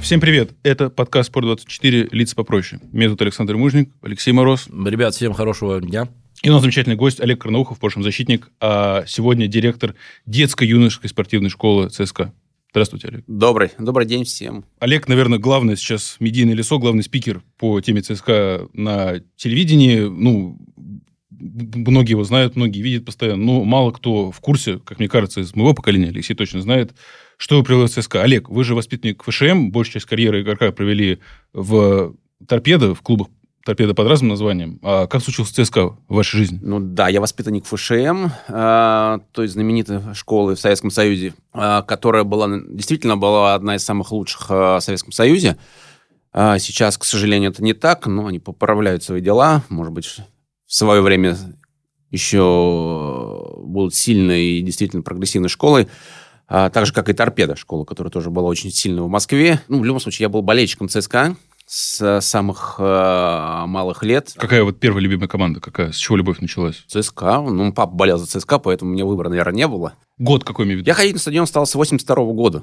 Всем привет! Это подкаст «Спорт24. Лица попроще». Меня зовут Александр Мужник, Алексей Мороз. Ребят, всем хорошего дня. И у нас замечательный гость Олег Карнаухов, в прошлом защитник, а сегодня директор детско-юношеской спортивной школы ЦСКА. Здравствуйте, Олег. Добрый день всем. Олег, наверное, главный сейчас медийное лицо, главный спикер по теме ЦСКА на телевидении. Многие его знают, многие видят постоянно, но мало кто в курсе, как мне кажется, из моего поколения, Алексей точно знает, что вы привели в ЦСКА. Олег, вы же воспитанник ФШМ, большую часть карьеры игрока провели в «Торпедо», в клубах «Торпедо» под разным названием. А как случился ЦСКА в вашей жизни? Я воспитанник ФШМ, той знаменитой школы в Советском Союзе, которая действительно была одна из самых лучших в Советском Союзе. Сейчас, к сожалению, это не так, но они поправляют свои дела. Может быть, в свое время еще будут сильной и действительно прогрессивной школой. Так же, как и «Торпедо», школа, которая тоже была очень сильной в Москве. В любом случае, я был болельщиком ЦСКА с самых малых лет. Какая вот первая любимая команда? С чего любовь началась? ЦСКА. Папа болел за ЦСКА, поэтому у меня выбора, наверное, не было. Год какой имею в виду? Я ходить на стадион стал с 82 года.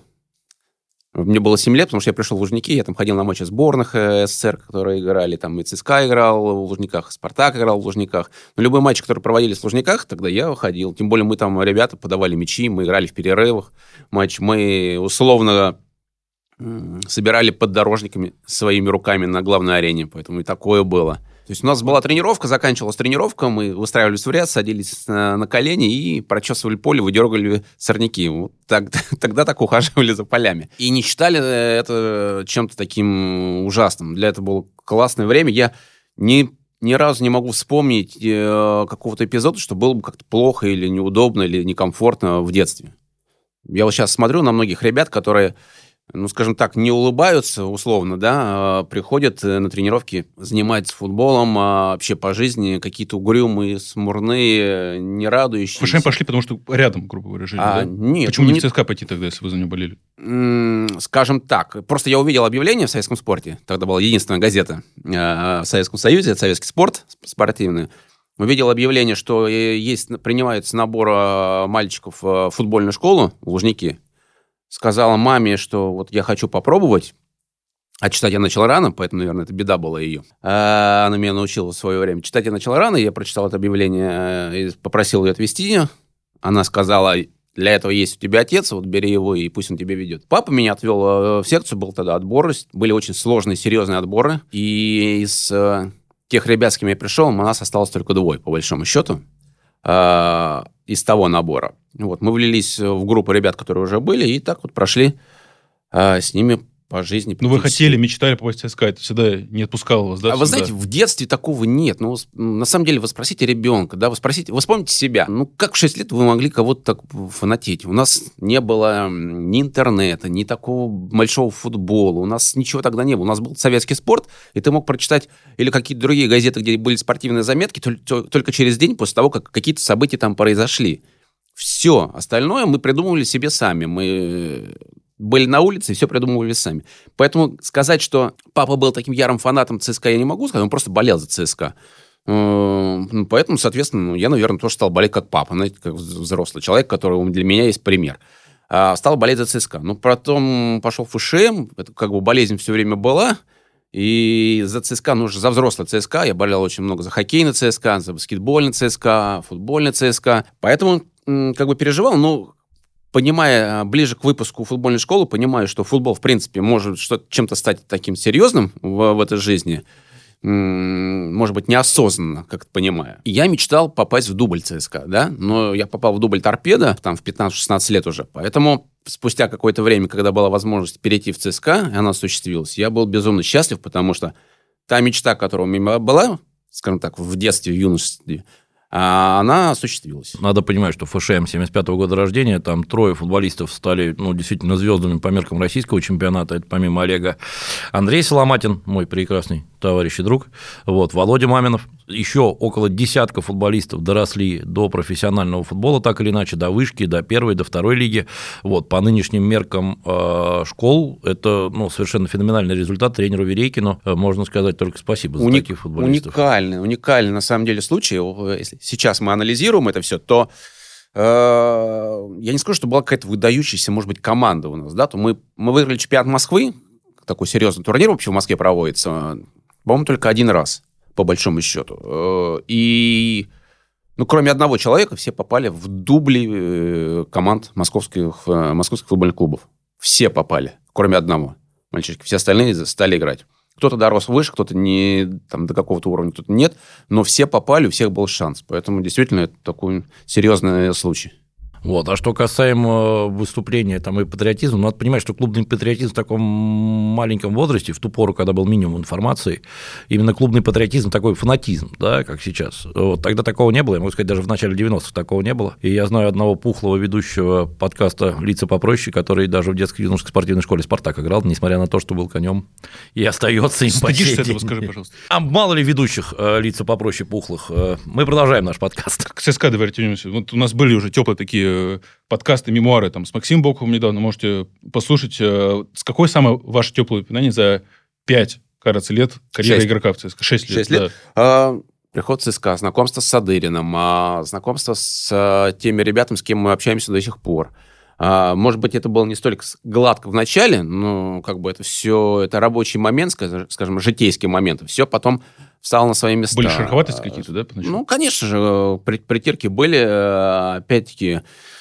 Мне было 7 лет, потому что я пришел в Лужники, я там ходил на матчи сборных СССР, которые играли, там и ЦСКА играл в Лужниках, и Спартак играл в Лужниках. Но любой матч, который проводились в Лужниках, тогда я ходил. Тем более мы там, ребята, подавали мячи, мы играли в перерывах матч. Мы условно собирали поддорожниками своими руками на главной арене, поэтому и такое было. То есть у нас была тренировка, заканчивалась тренировка, мы выстраивались в ряд, садились на колени и прочесывали поле, выдергивали сорняки. Вот тогда так ухаживали за полями. И не считали это чем-то таким ужасным. Для этого было классное время. Я ни разу не могу вспомнить какого-то эпизода, что было бы как-то плохо или неудобно, или некомфортно в детстве. Я вот сейчас смотрю на многих ребят, которые, скажем так, не улыбаются условно, да, приходят на тренировки, занимаются футболом, вообще по жизни какие-то угрюмые, смурные, не радующиеся. В ФШМ пошли, потому что рядом, грубо говоря, жили, да? Нет. Почему не в ЦСКА пойти тогда, если вы за него болели? Скажем так, просто я увидел объявление в «Советском спорте», тогда была единственная газета в Советском Союзе, это «Советский спорт» спортивный. Увидел объявление, что принимается набор мальчиков в футбольную школу в Лужники. Сказала маме, что вот я хочу попробовать. А читать я начал рано, поэтому, наверное, это беда была ее. Она меня научила в свое время. Читать я начал рано, я прочитал это объявление и попросил ее отвезти. Она сказала: для этого есть у тебя отец, вот бери его, и пусть он тебя ведет. Папа меня отвел в секцию, был тогда отбор. Были очень сложные, серьезные отборы. И из тех ребят, с кем я пришел, у нас осталось только 2, по большому счету, из того набора. Мы влились в группу ребят, которые уже были, и так вот прошли с ними по жизни. Вы хотели, мечтали попасть в ЦСКА, это всегда не отпускало вас, да? Вы знаете, в детстве такого нет. На самом деле, вы спросите ребенка, да, вы вспомните себя. Как в 6 лет вы могли кого-то так фанатеть? У нас не было ни интернета, ни такого большого футбола. У нас ничего тогда не было. У нас был «Советский спорт», и ты мог прочитать или какие-то другие газеты, где были спортивные заметки, только через день после того, как какие-то события там произошли. Все остальное мы придумывали себе сами. Мы были на улице и все придумывали сами. Поэтому сказать, что папа был таким ярым фанатом ЦСКА, я не могу сказать. Он просто болел за ЦСКА. Поэтому, соответственно, я, наверное, тоже стал болеть как папа, знаете, как взрослый человек, который для меня есть пример. Стал болеть за ЦСКА. Потом пошел в ФШМ. Это как бы болезнь все время была. И за ЦСКА, за взрослый ЦСКА я болел очень много за хоккейный ЦСКА, за баскетбольный ЦСКА, футбольный ЦСКА. Поэтому как бы переживал, понимая ближе к выпуску футбольной школы, понимаю, что футбол, в принципе, может чем-то стать таким серьезным в этой жизни, может быть, неосознанно, как-то понимаю. И я мечтал попасть в дубль ЦСКА, да, но я попал в дубль «Торпедо», там, в 15-16 лет уже, поэтому спустя какое-то время, когда была возможность перейти в ЦСКА, и она осуществилась, я был безумно счастлив, потому что та мечта, которая у меня была, скажем так, в детстве, в юношестве, она осуществилась. Надо понимать, что ФШМ 75-го года рождения, там 3 футболистов стали, действительно звездами по меркам российского чемпионата. Это помимо Олега Андрей Соломатин, мой прекрасный товарищ и друг, Володя Маминов. Еще около десятка футболистов доросли до профессионального футбола, так или иначе, до вышки, до 1-й, до 2-й лиги. По нынешним меркам школ это совершенно феноменальный результат. Тренеру Верейкину можно сказать только спасибо за таких футболистов. Уникальный на самом деле случай. Если сейчас мы анализируем это все, то я не скажу, что была какая-то выдающаяся, может быть, команда у нас, да, то мы выиграли чемпионат Москвы, такой серьезный турнир вообще в Москве проводится, по-моему, только один раз, по большому счету. И, кроме одного человека, все попали в дубли команд московских футбольных клубов. Все попали, кроме одного мальчишки. Все остальные стали играть. Кто-то дорос выше, кто-то не до какого-то уровня, кто-то нет. Но все попали, у всех был шанс. Поэтому действительно это такой серьезный случай. Вот. А что касаемо выступления и патриотизма, надо понимать, что клубный патриотизм в таком маленьком возрасте, в ту пору, когда был минимум информации, именно клубный патриотизм, такой фанатизм, да, как сейчас. Вот. Тогда такого не было, я могу сказать, даже в начале 90-х такого не было. И я знаю одного пухлого ведущего подкаста «Лица попроще», который даже в детской юношеской спортивной школе «Спартак» играл, несмотря на то, что был конем и остается им по сей день. Этого скажи, пожалуйста. А мало ли ведущих «Лица попроще» пухлых? Мы продолжаем наш подкаст. К ЦСКА давай вернемся. Вот у нас были уже теплые такие подкасты, мемуары с Максимом Боковым недавно, можете послушать. С какой самое ваше теплое упоминание за 5, кажется, лет карьеры игрока в ЦСКА? 6 лет. 6 лет. Да. Приход в ЦСКА, знакомство с Садыриным, знакомство с теми ребятами, с кем мы общаемся до сих пор. Может быть, это было не столько гладко в начале, но это все, это рабочий момент, скажем, житейский момент. Все потом встало на свои места. Были шероховатости какие-то, да? Поначалу? Конечно же, притирки были. Опять-таки,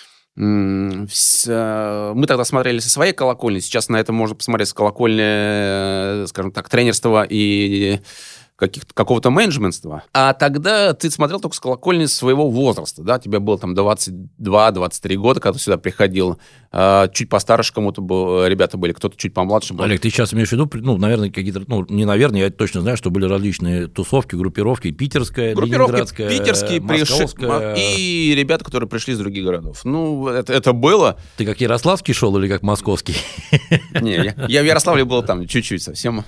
мы тогда смотрели со своей колокольни. Сейчас на это можно посмотреть с колокольни, скажем так, тренерства и какого-то менеджментства. А тогда ты смотрел только с колокольни своего возраста, да, тебе было 22-23 года, когда ты сюда приходил, чуть постарше кому-то ребята были, кто-то чуть помладше был. Олег, ты сейчас имеешь в виду, наверное, какие-то, не наверное, я точно знаю, что были различные тусовки, группировки, питерская, ленинградская, питерские, московская. И ребята, которые пришли из других городов. Это было. Ты как ярославский шел или как московский? Не, я в Ярославле был там чуть-чуть совсем.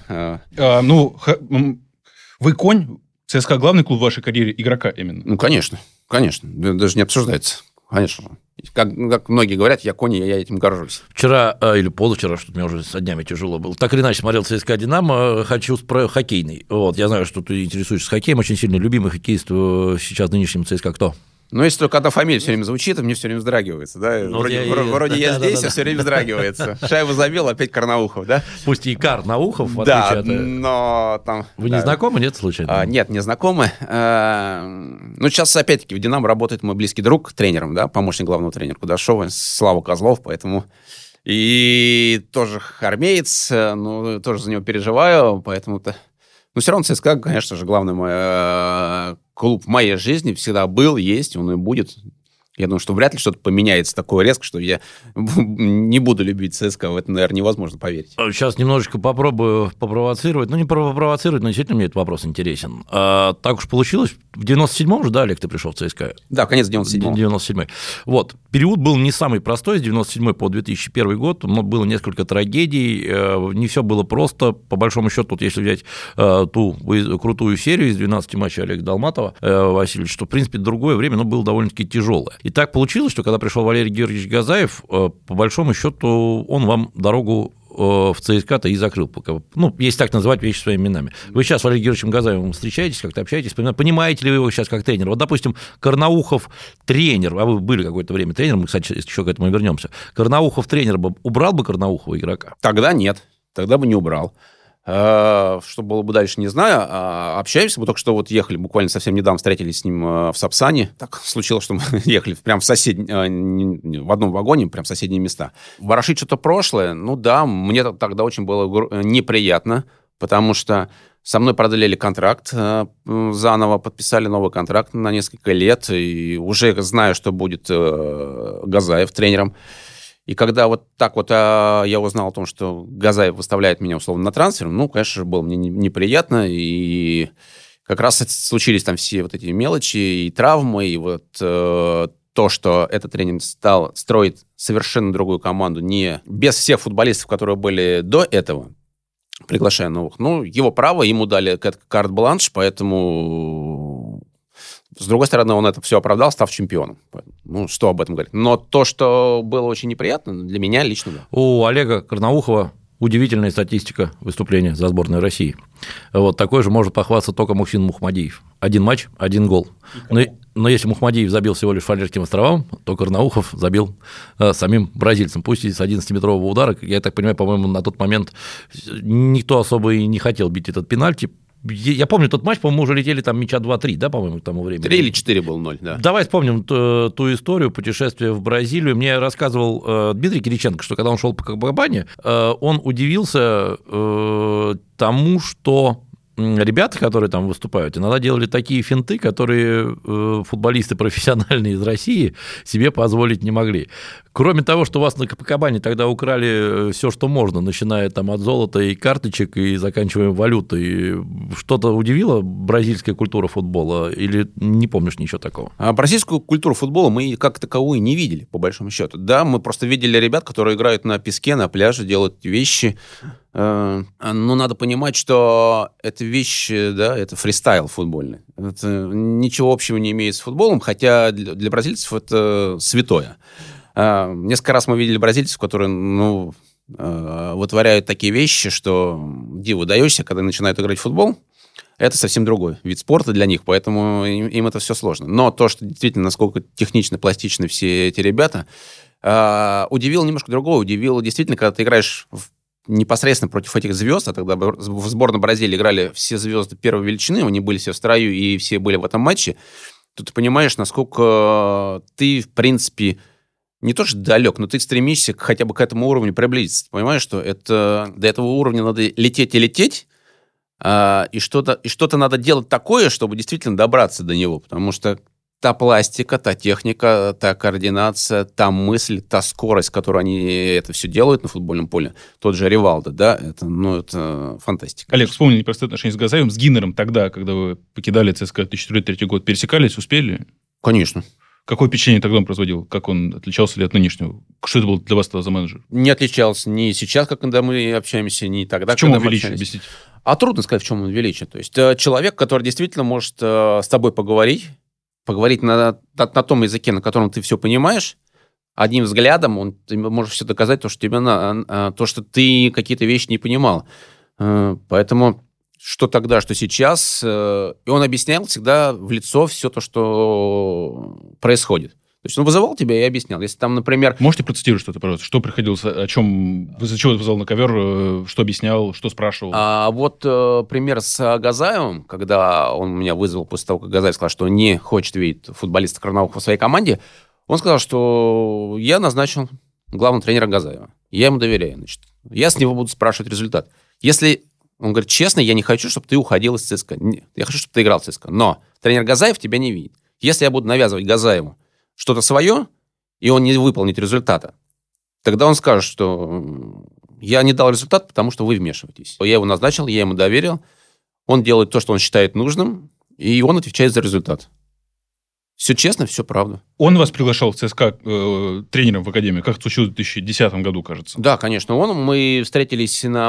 Вы конь? ЦСКА главный клуб в вашей карьере игрока именно? Конечно. Даже не обсуждается. Конечно. Как многие говорят, я конь, я этим горжусь. Вчера или позавчера, что мне уже со днями тяжело было. Так или иначе смотрел ЦСКА «Динамо», хочу про хоккейный. Вот, я знаю, что ты интересуешься хоккеем, очень сильно любимый хоккеист сейчас в нынешнем ЦСКА кто? Если только когда фамилия все время звучит, мне все время вздрагивается, да? Вроде я здесь, а все время вздрагивается. Шайбу забил, опять Карнаухов, да? Пусть и Карнаухов, в отличие от... но там... Вы не знакомы, нет, случайно? Нет, не знакомы. Сейчас, опять-таки, в «Динамо» работает мой близкий друг тренером, да, помощник главного тренера Кудашова, Слава Козлов, поэтому... И тоже армеец, тоже за него переживаю, поэтому-то... все равно ЦСКА, конечно же, главный мой клуб в моей жизни всегда был, есть, он и будет. Я думаю, что вряд ли что-то поменяется такое резко, что я не буду любить ЦСКА. В это, наверное, невозможно поверить. Сейчас немножечко попробую попровоцировать. Не попровоцировать, но действительно мне этот вопрос интересен. Так уж получилось. В 97-м же, да, Олег, ты пришел в ЦСКА? Да, конец 97-го. 97-й. Вот. Период был не самый простой, с 97 по 2001 год. Но было несколько трагедий. Не все было просто. По большому счету, если взять ту крутую серию из 12 матчей Олега Долматова, Васильевич, что, в принципе, другое время, было довольно-таки тяжелое. И так получилось, что когда пришел Валерий Георгиевич Газаев, по большому счету он вам дорогу в ЦСКА-то и закрыл. Если так называть вещи своими именами. Вы сейчас с Валерием Георгиевичем Газаевым встречаетесь, как-то общаетесь, понимаете ли вы его сейчас как тренер? Вот, допустим, Карнаухов тренер, а вы были какое-то время тренером, мы, кстати, еще к этому вернемся. Карнаухов тренер убрал бы Карнаухова игрока? Тогда нет, тогда бы не убрал. Что было бы дальше, не знаю. Общаемся, мы только что ехали, буквально совсем недавно встретились с ним в Сапсане. Так случилось, что мы ехали прям в одном вагоне, прям в соседние места. Ворошить что-то прошлое, да, мне тогда очень было неприятно, потому что со мной продлили контракт, заново подписали новый контракт на несколько лет, и уже знаю, что будет Газаев тренером. И когда я узнал о том, что Газаев выставляет меня условно на трансфер, конечно же, было мне неприятно, и как раз случились там все эти мелочи и травмы, и то, что этот тренер стал строить совершенно другую команду, не без всех футболистов, которые были до этого, приглашая новых. Его право, ему дали карт-бланш, поэтому... С другой стороны, он это все оправдал, став чемпионом. Что об этом говорить? Но то, что было очень неприятно, для меня лично, да. У Олега Карнаухова удивительная статистика выступления за сборную России. Вот такой же может похвастаться только Мухсин Мухмадиев. 1 матч, 1 гол. Но если Мухмадиев забил всего лишь Фарерским островам, то Карнаухов забил самим бразильцам. Пусть и с 11-метрового удара. Я так понимаю, по-моему, на тот момент никто особо и не хотел бить этот пенальти. Я помню тот матч, по-моему, мы уже летели там мяча 2-3, да, по-моему, к тому времени? 3 или 4 был 0, да. Давай вспомним ту историю путешествия в Бразилию. Мне рассказывал Дмитрий Кириченко, что когда он шел по Копакабане, он удивился тому, что ребята, которые там выступают, иногда делали такие финты, которые футболисты профессиональные из России себе позволить не могли. Кроме того, что у вас на Копакабане тогда украли все, что можно, начиная там от золота и карточек и заканчивая валютой, что-то удивило бразильская культура футбола или не помнишь ничего такого? А бразильскую культуру футбола мы как таковую не видели, по большому счету. Да, мы просто видели ребят, которые играют на песке, на пляже, делают вещи. Но надо понимать, что это вещи, да, это фристайл футбольный. Это ничего общего не имеет с футболом, хотя для бразильцев это святое. Несколько раз мы видели бразильцев, которые, вытворяют такие вещи, что диву даешься, когда начинают играть в футбол. Это совсем другой вид спорта для них, поэтому им это все сложно. Но то, что действительно, насколько технично, пластичны все эти ребята, удивило немножко другое. Удивило действительно, когда ты играешь непосредственно против этих звезд, а тогда в сборной Бразилии играли все звезды первой величины, они были все в строю, и все были в этом матче, то ты понимаешь, насколько ты, в принципе, не то что далек, но ты стремишься хотя бы к этому уровню приблизиться. Ты понимаешь, что до этого уровня надо лететь и лететь, и что-то надо делать такое, чтобы действительно добраться до него, потому что та пластика, та техника, та координация, та мысль, та скорость, с которой они это все делают на футбольном поле, тот же Ривалдо, да, это фантастика. Олег, вспомнили простые отношения с Газаевым, с Гиннером тогда, когда вы покидали ЦСКА 2003 год, пересекались, успели? Конечно. Какое впечатление тогда он производил? Как он отличался ли от нынешнего? Что это был для вас тогда за менеджер? Не отличался ни сейчас, как когда мы общаемся, ни тогда, в чем когда он мы величие? общались. А трудно сказать, в чем он величие. То есть человек, который действительно может с тобой поговорить на том языке, на котором ты все понимаешь, одним взглядом ты можешь все доказать, то, что ты какие-то вещи не понимал. Поэтому что тогда, что сейчас. И он объяснял всегда в лицо все то, что происходит. То есть он вызывал тебя и объяснял. Если там, например... Можете процитировать что-то, пожалуйста? Что приходилось, о чем... Из-за чего ты вызвал на ковер, что объяснял, что спрашивал? Пример с Газаевым, когда он меня вызвал после того, как Газаев сказал, что не хочет видеть футболиста Карнаухова в своей команде, он сказал, что я назначил главным тренером Газаева. Я ему доверяю. Значит, я с него буду спрашивать результат. Если... Он говорит, честно, я не хочу, чтобы ты уходил из ЦСКА. Нет, я хочу, чтобы ты играл в ЦСКА. Но тренер Газаев тебя не видит. Если я буду навязывать Газаеву что-то свое, и он не выполнит результата, тогда он скажет, что я не дал результат, потому что вы вмешиваетесь. Я его назначил, я ему доверил. Он делает то, что он считает нужным, и он отвечает за результат. Все честно, все правда. Он вас приглашал в ЦСКА тренером в академию, как это случилось в 2010 году, кажется. Да, конечно. Мы встретились на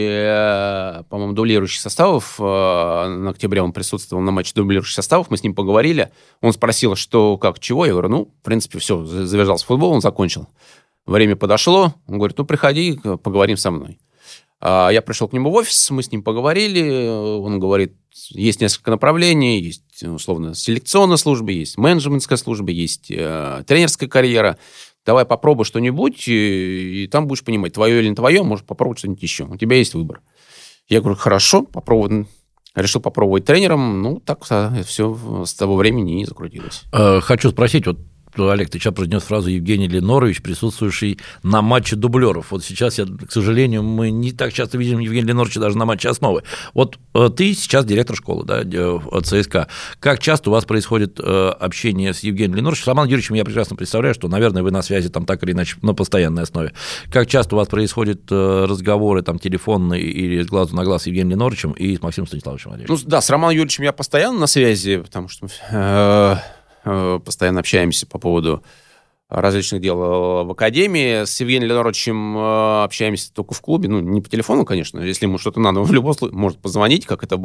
матче, по-моему, дублирующих составов. На октябре он присутствовал на матче дублирующих составов. Мы с ним поговорили. Он спросил, что, как, чего. Я говорю, в принципе, все, завязался футбол, он закончил. Время подошло. Он говорит, приходи, поговорим со мной. Я пришел к нему в офис, мы с ним поговорили. Он говорит, есть несколько направлений, есть, условно, селекционная служба, есть менеджментская служба, есть тренерская карьера. Давай попробуй что-нибудь, и там будешь понимать, твое или не твое, можешь попробовать что-нибудь еще. У тебя есть выбор. Я говорю, хорошо, попробую. Решил попробовать тренером. Так все с того времени и закрутилось. Хочу спросить, Олег, ты сейчас произнес фразу Евгений Ленорович, присутствующий на матче дублеров. Вот сейчас, к сожалению, мы не так часто видим Евгения Леноровича даже на матче основы. Вот ты сейчас директор школы, да, от ЦСКА. Как часто у вас происходит общение с Евгением Леноровичем? С Романом Юрьевичем я прекрасно представляю, что, наверное, вы на связи там так или иначе на постоянной основе. Как часто у вас происходят разговоры там телефонные или с глазу на глаз с Евгением Леноровичем и с Максимом Станиславовичем Андреевичем? Да, с Романом Юрьевичем я постоянно на связи, потому что... постоянно общаемся по поводу различных дел в академии. С Евгением Леноровичем общаемся только в клубе. Не по телефону, конечно. Если ему что-то надо, в любом случае может позвонить, как это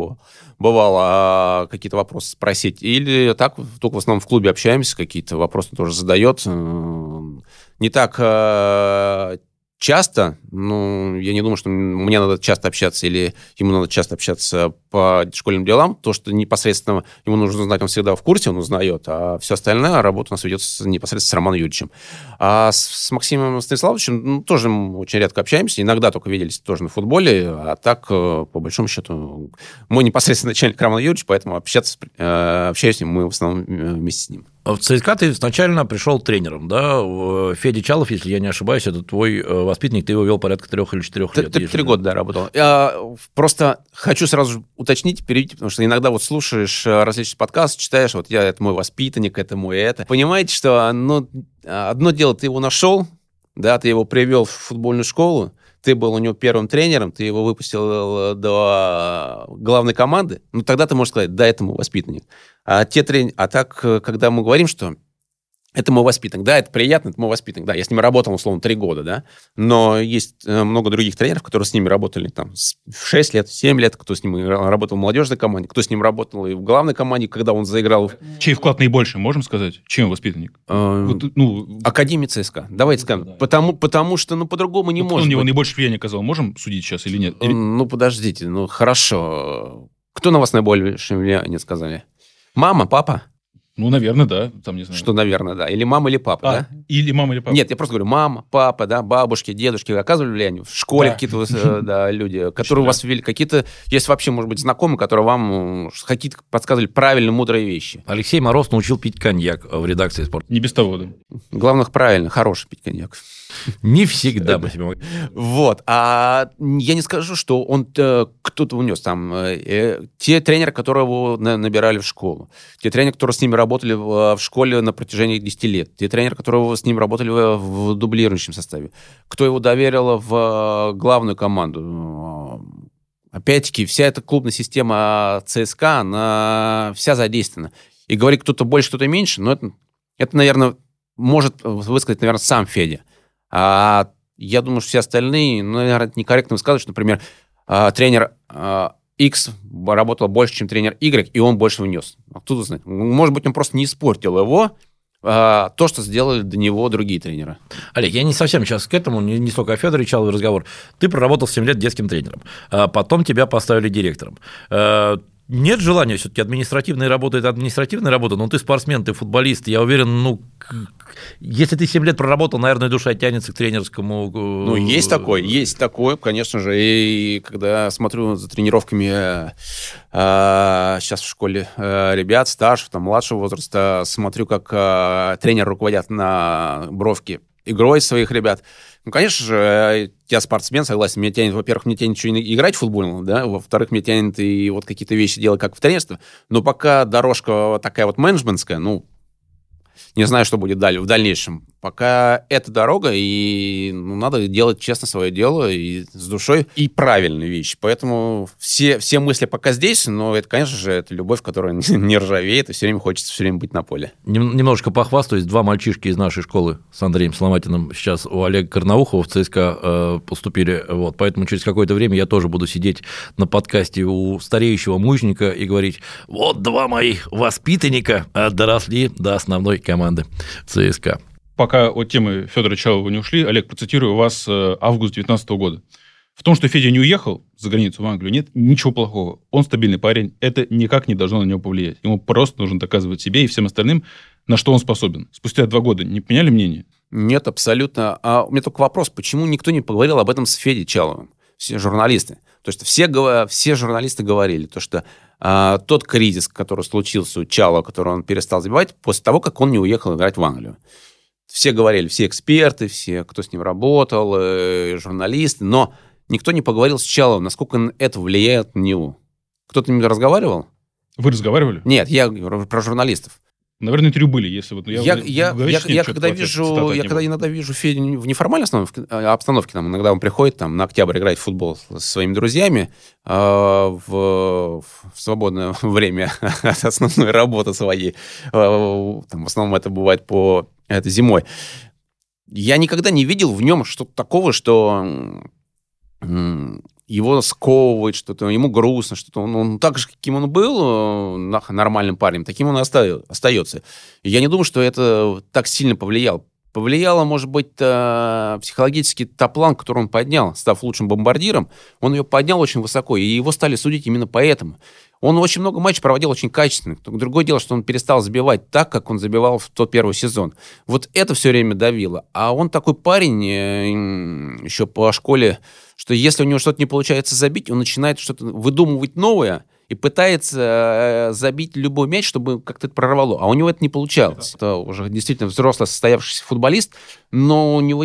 бывало, какие-то вопросы спросить. Или так, только в основном в клубе общаемся, какие-то вопросы тоже задает. Не так часто, ну, я не думаю, что мне надо часто общаться или ему надо часто общаться по школьным делам. То, что непосредственно ему нужно знать, он всегда в курсе, он узнает, а все остальное работа у нас ведется непосредственно с Романом Юрьевичем. А с Максимом Станиславовичем тоже мы очень редко общаемся, иногда только виделись тоже на футболе, а так, по большому счету, мой непосредственно начальник Роман Юрьевич, поэтому общаюсь с ним мы в основном вместе с ним. В ЦСКА ты изначально пришел тренером, да? Федя Чалов, если я не ошибаюсь, это твой воспитанник, ты его вел порядка 3 или 4 лет. 3 года, да, работал. Я просто хочу сразу же уточнить, перейти, потому что иногда вот слушаешь различные подкасты, читаешь, вот это мой воспитанник, это мой это. Понимаете, что одно дело, ты его нашел, да, ты его привел в футбольную школу, ты был у него первым тренером, ты его выпустил до главной команды, ну, тогда ты можешь сказать, да, это мой воспитанник. А так, когда мы говорим, что это мой воспитанник, да, это приятно, это мой воспитанник, да, я с ними работал, условно, 3 года, да, но есть много других тренеров, которые с ними работали там 6 лет, 7 лет, кто с ними работал в молодежной команде, кто с ним работал и в главной команде, когда он заиграл. Чей вклад наибольший, можем сказать? Чем воспитанник? Академия ЦСКА. Давайте скажем. Да. Потому что, по-другому не может быть. Кто на него наибольшее влияние оказал? Можем судить сейчас или нет? Подождите, хорошо. Кто на вас наибольшее влияние сказали? Мама, папа? Наверное, да. Там, не знаю. Что, наверное, да. Или мама, или папа, да? Или мама, или папа. Нет, я просто говорю, мама, папа, да, бабушки, дедушки оказывали влияние? В школе какие-то да, люди, которые у вас ввели, какие-то, есть вообще, может быть, знакомые, которые вам какие-то подсказывали правильные, мудрые вещи. Алексей Мороз научил пить коньяк в редакции «Спорт». Не без того, да. Главное, правильно, хороший пить коньяк. Не всегда мы себе могли. Вот. А я не скажу, что он кто-то унес там. Те тренеры, которые его набирали в школу. Те тренеры, которые с ними работали в школе на протяжении 10 лет. Те тренеры, которые с ним работали в дублирующем составе. Кто его доверил в главную команду. Опять-таки, вся эта клубная система ЦСКА, она вся задействована. И говорит, кто-то больше, кто-то меньше, но это, наверное, может высказать, наверное, сам Федя. А я думаю, что все остальные, наверное, некорректно высказывать, что, например, тренер X работал больше, чем тренер Y, и он больше внес. Откуда знать? Может быть, он просто не испортил его, то, что сделали до него другие тренеры. Олег, я не совсем сейчас к этому, не столько о Федоре Чалове разговор. Ты проработал 7 лет детским тренером, потом тебя поставили директором. Нет желания все-таки административная работа – это административная работа, но ты спортсмен, ты футболист, я уверен, если ты 7 лет проработал, наверное, душа тянется к тренерскому… Есть такое, конечно же, и когда смотрю за тренировками сейчас в школе ребят старшего, там, младшего возраста, смотрю, как тренеры руководят на бровке игрой своих ребят. Конечно же, я спортсмен, согласен, меня тянет, во-первых, мне тянет еще играть в футбол, да, во-вторых, мне тянет и вот какие-то вещи делать, как в тренерстве, но пока дорожка такая вот менеджментская, не знаю, что будет в дальнейшем. Пока это дорога, и надо делать честно свое дело, и с душой, и правильные вещи. Поэтому все мысли пока здесь, но это, конечно же, это любовь, которая не ржавеет, и все время хочется все время быть на поле. Немножко похвастаюсь, 2 мальчишки из нашей школы с Андреем Соломатиным сейчас у Олега Карнаухова в ЦСКА поступили, поэтому через какое-то время я тоже буду сидеть на подкасте у стареющего мужника и говорить, 2 моих воспитанника доросли до основной команды ЦСКА. Пока от темы Федора Чалова не ушли, Олег, процитирую вас, август 2019 года. В том, что Федя не уехал за границу в Англию, нет ничего плохого. Он стабильный парень, это никак не должно на него повлиять. Ему просто нужно доказывать себе и всем остальным, на что он способен. Спустя 2 года не поменяли мнение? Нет, абсолютно. У меня только вопрос, почему никто не поговорил об этом с Федей Чаловым? Все журналисты. То есть все журналисты говорили, что тот кризис, который случился у Чалова, который он перестал забивать, после того, как он не уехал играть в Англию. Все говорили, все эксперты, все, кто с ним работал, журналисты, но никто не поговорил с Чаловым, насколько это влияет на него. Кто-то не разговаривал? Вы разговаривали? Нет, я говорю про журналистов. Наверное, интервью были, если Я когда иногда вижу Федю в неформальной обстановке, там, иногда он приходит там, на октябрь играть в футбол со своими друзьями в свободное время от основной работы своей. Там, в основном это бывает это зимой. Я никогда не видел в нем что-то такого, что его сковывает, что-то ему грустно, что-то он так же, каким он был нормальным парнем, таким он и остается. И я не думаю, что это так сильно повлияло. Повлияло, может быть, психологический топ-план, который он поднял, став лучшим бомбардиром. Он ее поднял очень высоко, и его стали судить именно поэтому. Он очень много матчей проводил очень качественных. Другое дело, что он перестал забивать так, как он забивал в тот первый сезон. Вот это все время давило. А он такой парень еще по школе, что если у него что-то не получается забить, он начинает что-то выдумывать новое, и пытается забить любой мяч, чтобы как-то это прорвало. А у него это не получалось. Это уже действительно взрослый, состоявшийся футболист, но у него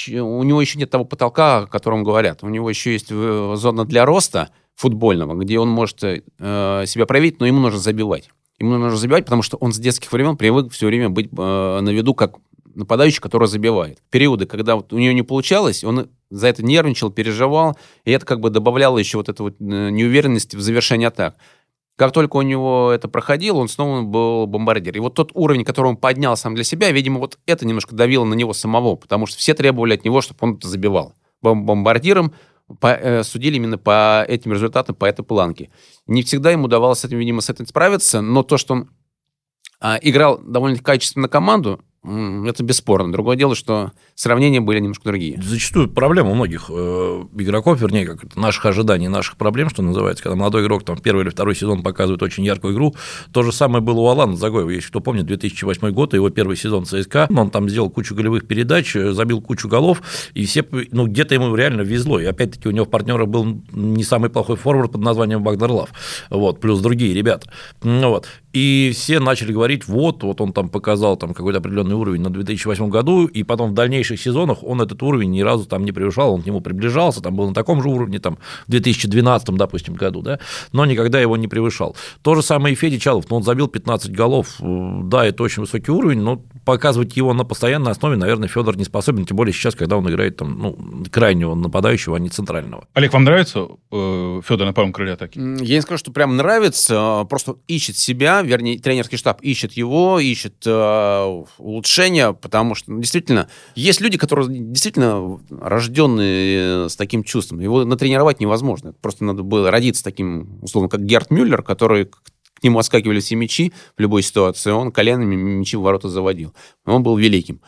еще нет того потолка, о котором говорят. У него еще есть зона для роста футбольного, где он может себя проявить, но ему нужно забивать. Ему нужно забивать, потому что он с детских времен привык все время быть на виду как нападающий, который забивает. Периоды, когда вот у него не получалось, он за это нервничал, переживал, и это как бы добавляло еще вот эту вот неуверенность в завершении атак. Как только у него это проходило, он снова был бомбардир. И вот тот уровень, который он поднял сам для себя, видимо, вот это немножко давило на него самого, потому что все требовали от него, чтобы он это забивал. Бомбардиром судили именно по этим результатам, по этой планке. Не всегда ему удавалось, видимо, с этим справиться, но то, что он играл довольно качественно на команду, это бесспорно. Другое дело, что сравнения были немножко другие. Зачастую проблема у многих игроков, вернее, как это, наших ожиданий, наших проблем, что называется, когда молодой игрок там первый или второй сезон показывает очень яркую игру. То же самое было у Алана Дзагоева, если кто помнит, 2008 год, его первый сезон ЦСКА, он там сделал кучу голевых передач, забил кучу голов, и все, где-то ему реально везло. И опять-таки у него в партнерах был не самый плохой форвард под названием Багдарлав, вот, плюс другие ребята. Вот. И все начали говорить, вот он там показал там какой-то определенный уровень на 2008 году, и потом в дальнейших сезонах он этот уровень ни разу там не превышал, он к нему приближался, там был на таком же уровне, там, в 2012, допустим, году, да, но никогда его не превышал. То же самое и Федя Чалов, он забил 15 голов, да, это очень высокий уровень, но показывать его на постоянной основе, наверное, Федор не способен, тем более сейчас, когда он играет там, крайнего нападающего, а не центрального. Олег, вам нравится Федор на правом крыле атаки? Я не скажу, что прям нравится, просто ищет себя, вернее, тренерский штаб ищет его, ищет улучшения, потому что действительно есть люди, которые действительно рожденные с таким чувством. Его натренировать невозможно. Просто надо было родиться таким, условно, как Герд Мюллер, который к нему отскакивали все мячи в любой ситуации, он коленами мячи в ворота заводил. Он был великим.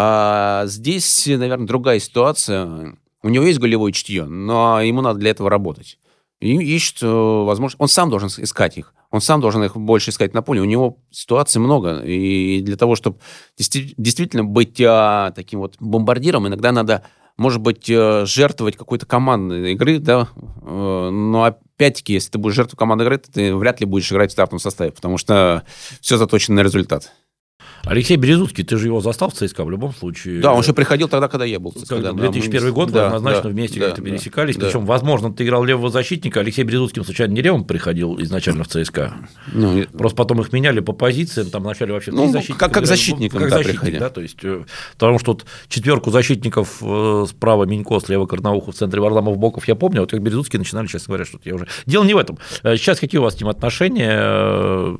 А здесь, наверное, другая ситуация. У него есть голевое чутье, но ему надо для этого работать. И ищет возможность. Он сам должен искать их. Он сам должен их больше искать на поле. У него ситуаций много. И для того, чтобы действительно быть таким вот бомбардиром, иногда надо, может быть, жертвовать какой-то командной игры, да. Но опять-таки, если ты будешь жертвовать командной игры, ты вряд ли будешь играть в стартовом составе, потому что все заточено на результат. Алексей Березутский, ты же его застал в ЦСКА в любом случае. Да, он еще приходил тогда, когда я был в ЦСКА. 2001 год, вы однозначно вместе как-то пересекались. Причем, возможно, ты играл левого защитника. Алексей Березутский, случайно, не левым приходил изначально в ЦСКА? Просто потом их меняли по позициям, там вначале вообще три защитника. Как защитником, как защитник, да, то есть, потому что вот четверку защитников справа Минько, слева Карнаухов, в центре Варламов, Боков, я помню, вот как Березутский начинали, честно говоря, что-то я уже... Дело не в этом. Сейчас какие у вас с ним отношения?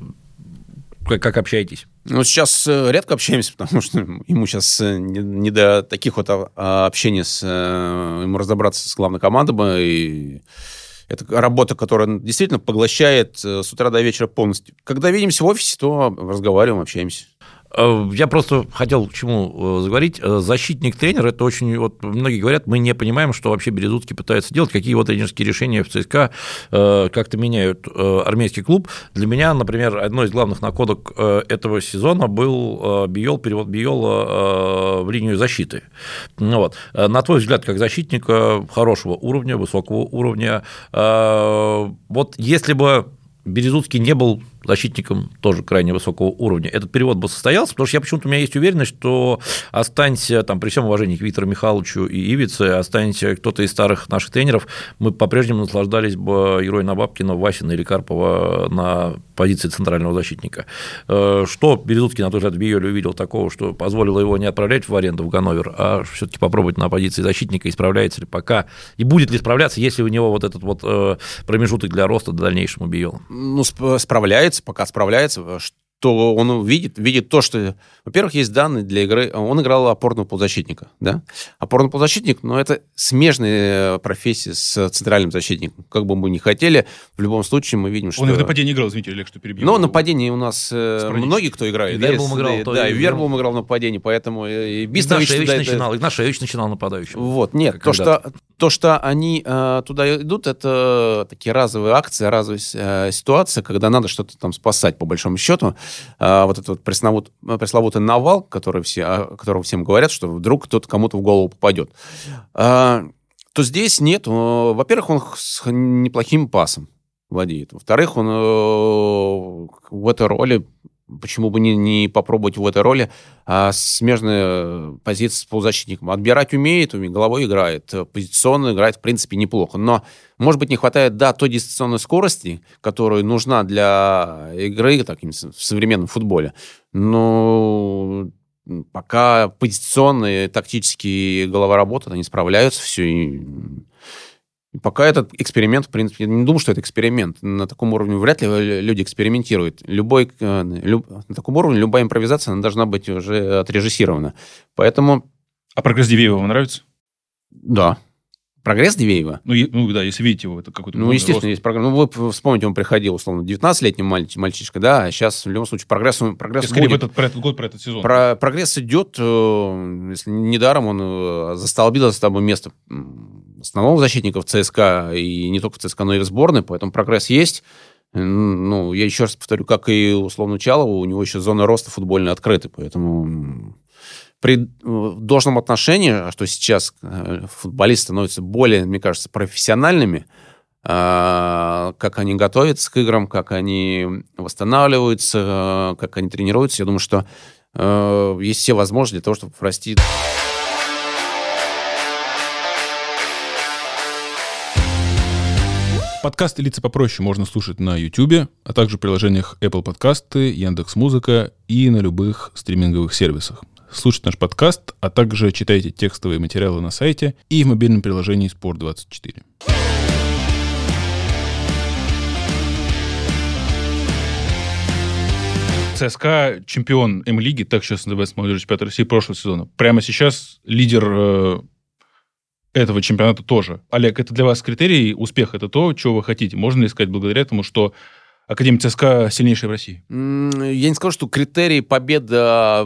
Как общаетесь? Сейчас редко общаемся, потому что ему сейчас не до таких вот общений ему разобраться с главной командой. И это работа, которая действительно поглощает с утра до вечера полностью. Когда видимся в офисе, то разговариваем, общаемся. Я просто хотел к чему заговорить. Защитник-тренер, это очень... Вот многие говорят, мы не понимаем, что вообще Березутский пытается делать, какие его тренерские решения в ЦСКА как-то меняют армейский клуб. Для меня, например, одной из главных находок этого сезона был перевод Биола в линию защиты. Вот. На твой взгляд, как защитника хорошего уровня, высокого уровня, вот если бы Березутский не был защитником тоже крайне высокого уровня, этот перевод бы состоялся, потому что у меня есть уверенность, что останься, там, при всем уважении к Виктору Михайловичу и Ивице, останься кто-то из старых наших тренеров, мы по-прежнему наслаждались бы игрой на Бабкина, Васина или Карпова на позиции центрального защитника. Что Березутский, на тот же в Биоле увидел такого, что позволило его не отправлять в аренду в Ганновер, а все-таки попробовать на позиции защитника, и справляется ли пока, и будет ли справляться, если у него вот этот вот промежуток для роста до дальнейшему Биола? Справляется, пока справляется. что он видит то, что... Во-первых, есть данные для игры. Он играл опорного полузащитника, да? Опорный полузащитник, но это смежная профессия с центральным защитником. Как бы мы ни хотели, в любом случае мы видим, что... Он и в нападении играл, извините, Олег, что перебил. Но в нападении у нас многие, кто играет. Вербум играл. Да, и Вербум играл в нападении, поэтому и Бистрович... Игнашевич начинал нападающим. Вот, нет, то, что они туда идут, это такие разовые акции, разовая ситуация, когда надо что-то там спасать, по большому счету. Вот этот вот пресловутый навал, о котором всем говорят, что вдруг кто-то кому-то в голову попадет. То здесь нет. Во-первых, он с неплохим пасом владеет. Во-вторых, он в этой роли, почему бы не попробовать в этой роли смежные позиции с полузащитником. Отбирать умеет, головой играет, позиционно играет, в принципе, неплохо. Но, может быть, не хватает, той дистанционной скорости, которая нужна для игры в современном футболе. Но пока позиционные, тактические головоработы, они справляются, все. И пока этот эксперимент, в принципе, я не думаю, что это эксперимент. На таком уровне вряд ли люди экспериментируют. На таком уровне любая импровизация, она должна быть уже отрежиссирована. Поэтому... А прогресс Дивеева вам нравится? Да. Прогресс Дивеева? Ну да, если видите его, это какой-то... естественно, рост. Есть прогресс. Вы вспомните, он приходил, условно, 19-летним мальчишкой, да, а сейчас, в любом случае, прогресс скорее будет. Про этот год, про этот сезон. Прогресс идет, если недаром он застолбил за собой место основного защитника в ЦСКА, и не только в ЦСКА, но и в сборной, поэтому прогресс есть. Я еще раз повторю, как и условно Чалову, у него еще зона роста футбольная открыта, поэтому при должном отношении, что сейчас футболисты становятся более, мне кажется, профессиональными, как они готовятся к играм, как они восстанавливаются, как они тренируются, я думаю, что есть все возможности для того, чтобы расти. Подкасты «Лица попроще» можно слушать на YouTube, а также в приложениях Apple Подкасты, Яндекс.Музыка и на любых стриминговых сервисах. Слушайте наш подкаст, а также читайте текстовые материалы на сайте и в мобильном приложении Sport24. ЦСКА чемпион М-лиги, так сейчас называется молодежь чемпионата России прошлого сезона. Прямо сейчас лидер этого чемпионата тоже. Олег, это для вас критерий успеха? Это то, чего вы хотите? Можно ли сказать благодаря тому, что Академия ЦСКА сильнейшая в России? Я не скажу, что критерий победы,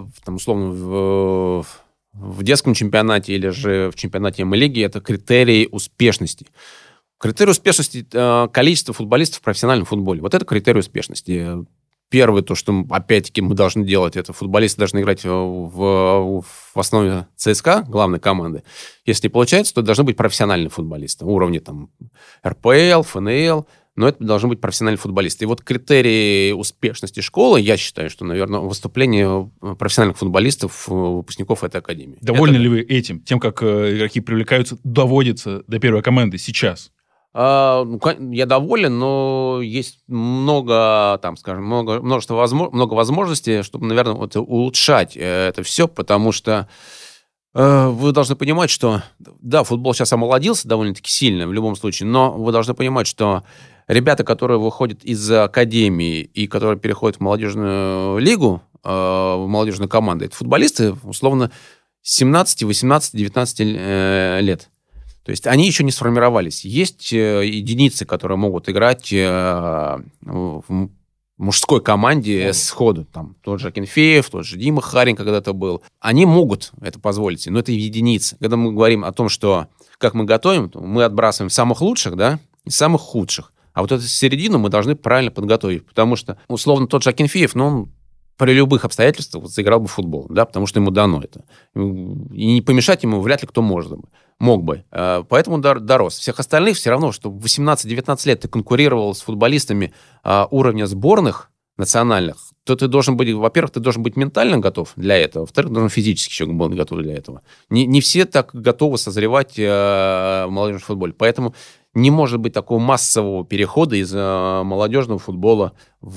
условно, в детском чемпионате или же в чемпионате М-лиги, это критерий успешности. Критерий успешности – количество футболистов в профессиональном футболе. Вот это критерий успешности. Первое, то, что, опять-таки, мы должны делать, это футболисты должны играть в основе ЦСКА, главной команды. Если не получается, то должны быть профессиональные футболисты уровня РПЛ, ФНЛ, но это должны быть профессиональные футболисты. И вот критерии успешности школы, я считаю, что, наверное, выступление профессиональных футболистов, выпускников этой академии. Довольны ли вы этим, тем, как игроки привлекаются, доводятся до первой команды сейчас? Я доволен, но есть много возможностей, чтобы, наверное, улучшать это все, потому что вы должны понимать, что, да, футбол сейчас омолодился довольно-таки сильно в любом случае, но вы должны понимать, что ребята, которые выходят из академии и которые переходят в молодежную лигу, в молодежную команду, это футболисты, условно, 17, 18, 19 лет. То есть они еще не сформировались. Есть единицы, которые могут играть в мужской команде сходу. Там тот же Акинфеев, тот же Дима Харин когда-то был. Они могут это позволить, но это единицы. Когда мы говорим о том, что как мы готовим, то мы отбрасываем самых лучших, да, и самых худших. А вот эту середину мы должны правильно подготовить. Потому что, условно, тот же Акинфеев, он при любых обстоятельствах заиграл бы в футбол, да, потому что ему дано это. И не помешать ему вряд ли кто мог бы. Поэтому дорос. Всех остальных все равно, что в 18-19 лет ты конкурировал с футболистами уровня сборных национальных, то ты должен быть, во-первых, ты должен быть ментально готов для этого, во-вторых, должен физически еще быть готов для этого. Не все так готовы созревать в молодежном футболе. Поэтому не может быть такого массового перехода из молодежного футбола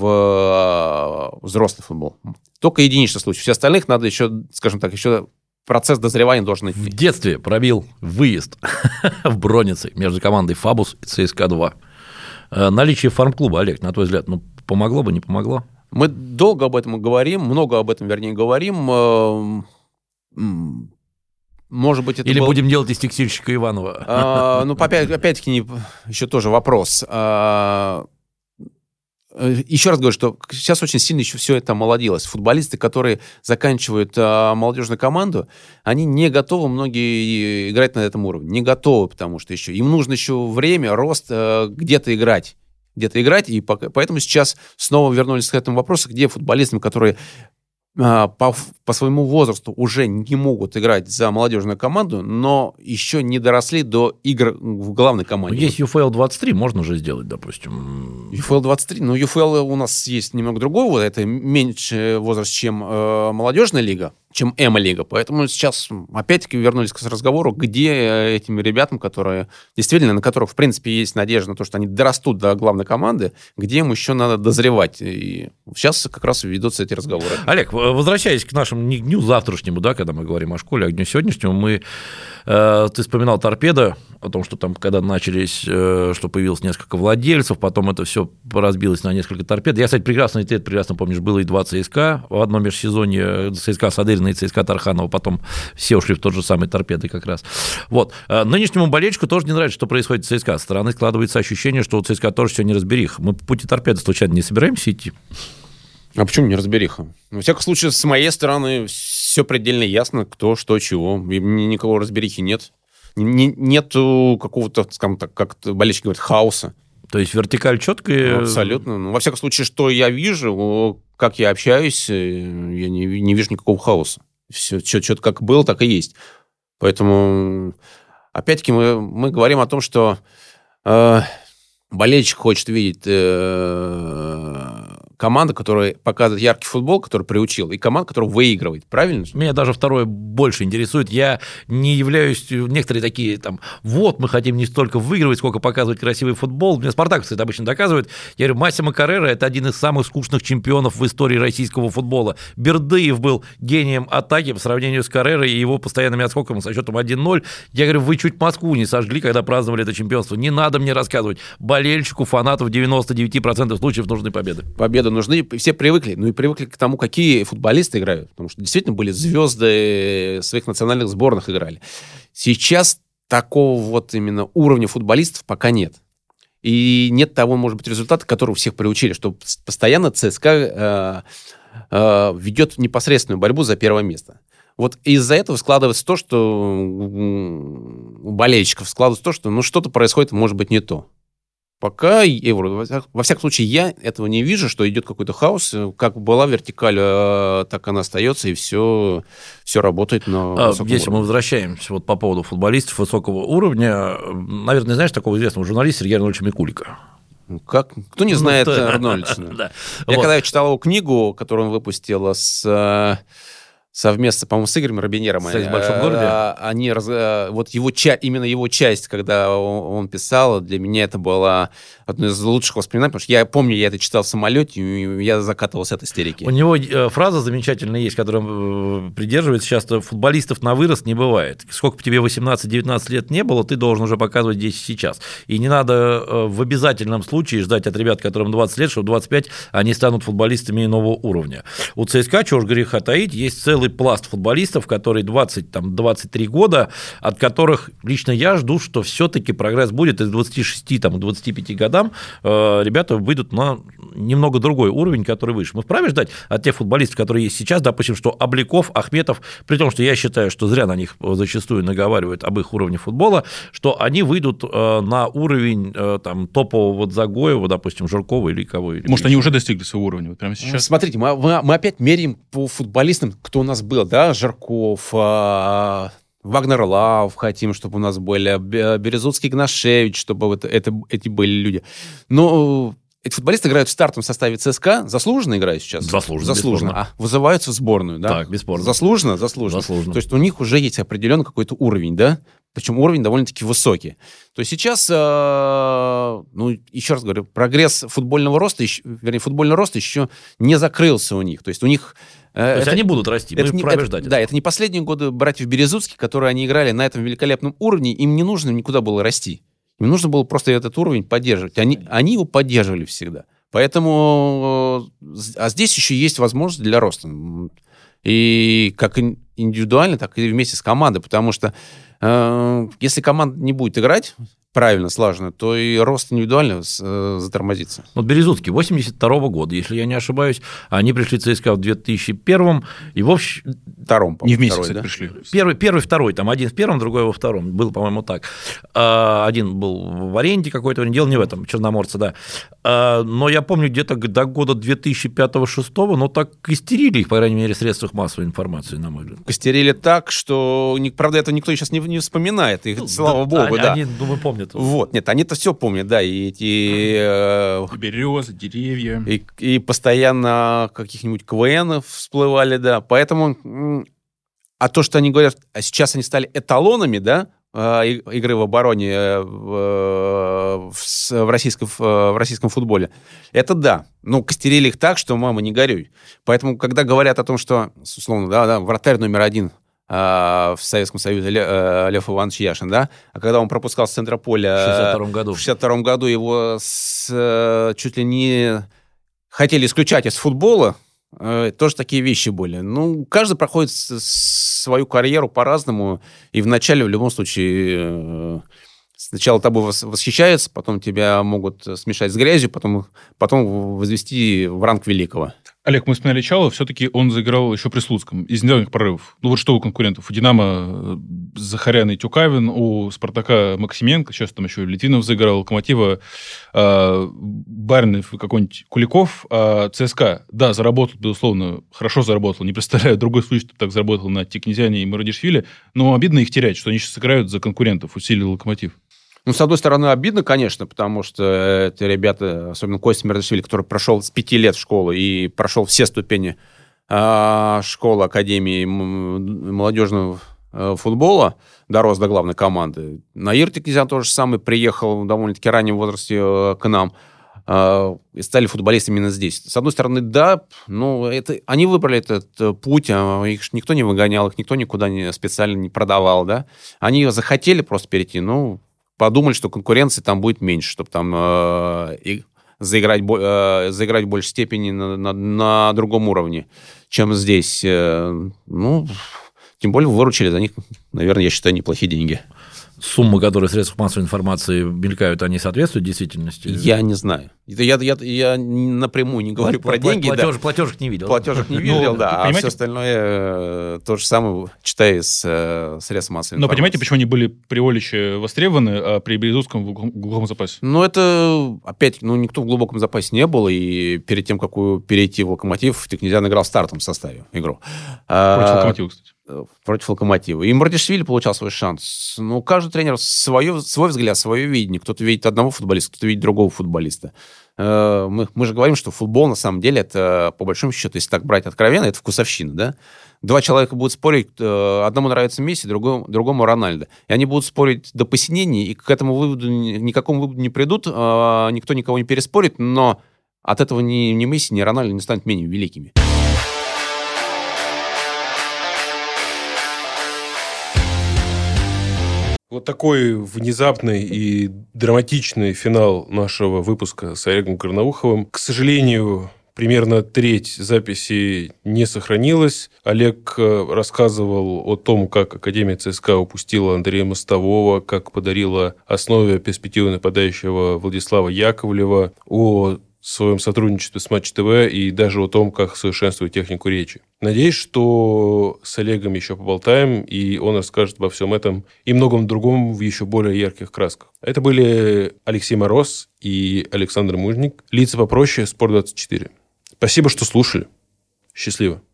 в взрослый футбол. Только единичный случай. Все остальных надо еще, скажем так, еще процесс дозревания должен идти. В детстве пробил выезд в Бронице между командой «Фабус» и ЦСКА-2. Наличие фарм-клуба, Олег, на твой взгляд, помогло бы, не помогло? Мы долго об этом говорим, много об этом, вернее, говорим. Может быть, это Или будем делать из текстильщика Иванова? Опять-таки, еще тоже вопрос. Еще раз говорю, что сейчас очень сильно еще все это омолодилось. Футболисты, которые заканчивают молодежную команду, они не готовы, многие, играть на этом уровне. Не готовы, потому что еще им нужно еще время, рост, где-то играть, и поэтому сейчас снова вернулись к этому вопросу, где футболистам, которые по своему возрасту уже не могут играть за молодежную команду, но еще не доросли до игр в главной команде. Есть UFL-23, можно же сделать, допустим. UFL-23, UFL у нас есть немного другого, это меньше возраст, чем молодежная лига, чем Эмо-лига, поэтому сейчас опять-таки вернулись к разговору, где этим ребятам, которые действительно, на которых, в принципе, есть надежда на то, что они дорастут до главной команды, где им еще надо дозревать. И сейчас как раз ведутся эти разговоры. Олег, возвращаясь к нашему не дню завтрашнему, да, когда мы говорим о школе, а к дню сегодняшнему, ты вспоминал «Торпедо», о том, что там, когда начались, что появилось несколько владельцев, потом это все разбилось на несколько торпед. Я, кстати, прекрасно помнишь, было и 2 ЦСКА в одном межсезонье, ЦСКА Садырина и ЦСКА Тарханова, потом все ушли в тот же самый «Торпедо» как раз. Вот. Нынешнему болельщику тоже не нравится, что происходит в ЦСКА. Со стороны складывается ощущение, что у ЦСКА тоже все неразбериха. Мы по пути «Торпедо» случайно не собираемся идти? А почему неразбериха? Во всяком случае, с моей стороны все предельно ясно, кто, что, чего. И никакого разберихи нет. Нету какого-то, скажем так, как болельщики говорят, хаоса. То есть вертикаль четкая? Абсолютно. Во всяком случае, что я вижу, как я общаюсь, я не вижу никакого хаоса. Все что-то как было, так и есть. Поэтому, опять-таки, мы говорим о том, что болельщик хочет видеть команда, которая показывает яркий футбол, который приучил, и команда, которая выигрывает. Правильно? Меня даже второе больше интересует. Я не являюсь... Некоторые такие там, вот, мы хотим не столько выигрывать, сколько показывать красивый футбол. Мне спартаковцы это обычно доказывают. Я говорю, Массимо Каррера – это один из самых скучных чемпионов в истории российского футбола. Бердыев был гением атаки по сравнению с Каррерой и его постоянными отскоками со счетом 1-0. Я говорю, вы чуть Москву не сожгли, когда праздновали это чемпионство. Не надо мне рассказывать. Болельщику, фанату в 99% случаев нужны победы. Победы нужны, все привыкли. И привыкли к тому, какие футболисты играют. Потому что действительно были звезды своих национальных сборных играли. Сейчас такого вот именно уровня футболистов пока нет. И нет того, может быть, результата, который всех приучили, что постоянно ЦСКА ведет непосредственную борьбу за первое место. Вот из-за этого складывается то, что у болельщиков складывается то, что что-то происходит, может быть, не то. Пока, во всяком случае, я этого не вижу, что идет какой-то хаос. Как была вертикаль, так она остается, и все работает на высоком Если уровне. мы возвращаемся по поводу футболистов высокого уровня, наверное, знаешь такого известного журналиста Сергея Арнольдовича Микулика? Кто не знает Арнольдовича? Я когда читал его книгу, которую он выпустил совместно, по-моему, с Игорем Робинером. «Секс в большом городе». Вот именно его часть, когда он писал, для меня это было одно из лучших воспоминаний, потому что я помню, я это читал в самолете, и я закатывался от истерики. У него фраза замечательная есть, которой он придерживается часто: футболистов на вырост не бывает. Сколько бы тебе 18-19 лет не было, ты должен уже показывать здесь и сейчас. И не надо в обязательном случае ждать от ребят, которым 20 лет, что в 25 они станут футболистами иного уровня. У ЦСКА, чего ж греха таить, есть целый пласт футболистов, которые 20-23 года, от которых лично я жду, что все-таки прогресс будет, и к 26-25 годам ребята выйдут на немного другой уровень, который выше. Мы вправе ждать от тех футболистов, которые есть сейчас, допустим, что Обликов, Ахметов, при том, что я считаю, что зря на них зачастую наговаривают об их уровне футбола, что они выйдут на уровень топового Загоева, допустим, Жиркова или кого. Может, они уже достигли своего уровня вот прямо сейчас? Смотрите, мы опять меряем по футболистам, кто у нас был, да, Жирков, Вагнер Лав хотим, чтобы у нас были, Березутский, Игнашевич, чтобы эти были люди. Но эти футболисты играют в стартовом составе ЦСКА, заслуженно играют сейчас? Заслуженно. А вызываются в сборную, да? Так, бесспорно. Заслуженно. То есть у них уже есть определенный какой-то уровень, да? Причем уровень довольно-таки высокий. То есть сейчас, еще раз говорю, прогресс футбольного роста еще не закрылся у них. То есть у них... То есть они будут расти, мы вправе ждать. Да, это не последние годы братьев Березутских, которые они играли на этом великолепном уровне, им не нужно никуда было расти. Им нужно было просто этот уровень поддерживать. Они его поддерживали всегда. Поэтому... А здесь еще есть возможность для роста. И как индивидуально, так и вместе с командой. Потому что если команда не будет играть правильно, слаженно, то и рост индивидуально затормозится. Вот Березутский, 82-го года, если я не ошибаюсь, они пришли в ЦСКА в 2001-м, и в общем... Втором, не вместе, второй, кстати, да? пришли. Первый, второй, там один в первом, другой во втором, было, по-моему, так. Один был в аренде какое-то время, дело не в этом, Черноморца, да. Но я помню, где-то до года 2005-2006, но так истерили их, по крайней мере, в средствах массовой информации, на мой взгляд. Костерили так, что, правда, это никто сейчас не вспоминает, их, слава богу, да. Они, думаю, помнят. Вот, нет, они-то все помнят, да, и эти... И березы, деревья. И постоянно каких-нибудь КВНов всплывали, да, поэтому... А то, что они говорят, а сейчас они стали эталонами, да, игры в обороне в российском футболе, это да. Но костерили их так, что мама не горюй. Поэтому, когда говорят о том, что, условно, да, вратарь номер один в Советском Союзе Лев Иванович Яшин, да, а когда он пропускал с центра поля в 62-м году его чуть ли не хотели исключать из футбола, тоже такие вещи были. Ну, каждый проходит свою карьеру по-разному, и вначале в любом случае сначала тобой восхищаются, потом тебя могут смешать с грязью, потом возвести в ранг великого. Олег, мы вспоминали Чалова, все-таки он заиграл еще при Слуцком из недавних прорывов. Ну вот что у конкурентов? У «Динамо» Захарян и Тюкавин, у «Спартака» Максименко, сейчас там еще Литвинов заиграл, «Локомотива» Баринов и какой-нибудь Куликов. А ЦСКА, да, заработал, безусловно, хорошо заработал. Не представляю другой случай, что так заработал на Тикнезяне и Марадишвили, но обидно их терять, что они сейчас играют за конкурентов, усилили «Локомотив». Ну, с одной стороны, обидно, конечно, потому что это ребята, особенно Костя Мардашвили, который прошел с 5 лет школы и прошел все ступени школы, академии молодежного футбола, дорос до главной команды. Наир Тикнезян тоже самый приехал в довольно-таки раннем возрасте к нам и стали футболистами именно здесь. С одной стороны, да, но они выбрали этот путь, их никто не выгонял, их никто никуда специально не продавал, да. Они захотели просто перейти, подумали, что конкуренции там будет меньше, чтобы там заиграть в большей степени на другом уровне, чем здесь. Тем более выручили за них, наверное, я считаю, неплохие деньги. Суммы, которые в средствах массовой информации мелькают, они соответствуют действительности? Я не знаю. Я напрямую не говорю про деньги. Платежек не видел. Платежек не видел, да. А все остальное то же самое читаю из средств массовой информации. Но понимаете, почему они были при Оличе востребованы, а при Березутском в глубоком запасе? Это, опять, никто в глубоком запасе не был, и перед тем, как перейти в «Локомотив», Тикнезян играл в стартовом составе игру. Против «Локомотива», кстати. Против «Локомотива». И Мардишвили получал свой шанс. Каждый тренер свой взгляд, свое видение. Кто-то видит одного футболиста, кто-то видит другого футболиста. Мы же говорим, что футбол, на самом деле, это, по большому счету, если так брать откровенно, это вкусовщина, да? Два человека будут спорить, одному нравится Месси, другому Рональдо. И они будут спорить до посинения, и к этому выводу, никакому выводу не придут, никто никого не переспорит, но от этого ни Месси, ни Рональдо не станут менее великими. Вот такой внезапный и драматичный финал нашего выпуска с Олегом Карнауховым. К сожалению, примерно треть записи не сохранилась. Олег рассказывал о том, как Академия ЦСКА упустила Андрея Мостового, как подарила основе перспективы нападающего Владислава Яковлева, о своем сотрудничестве с Матч ТВ и даже о том, как совершенствует технику речи. Надеюсь, что с Олегом еще поболтаем, и он расскажет обо всем этом и многом другом в еще более ярких красках. Это были Алексей Мороз и Александр Мужник. Лица попроще, Спорт24. Спасибо, что слушали. Счастливо.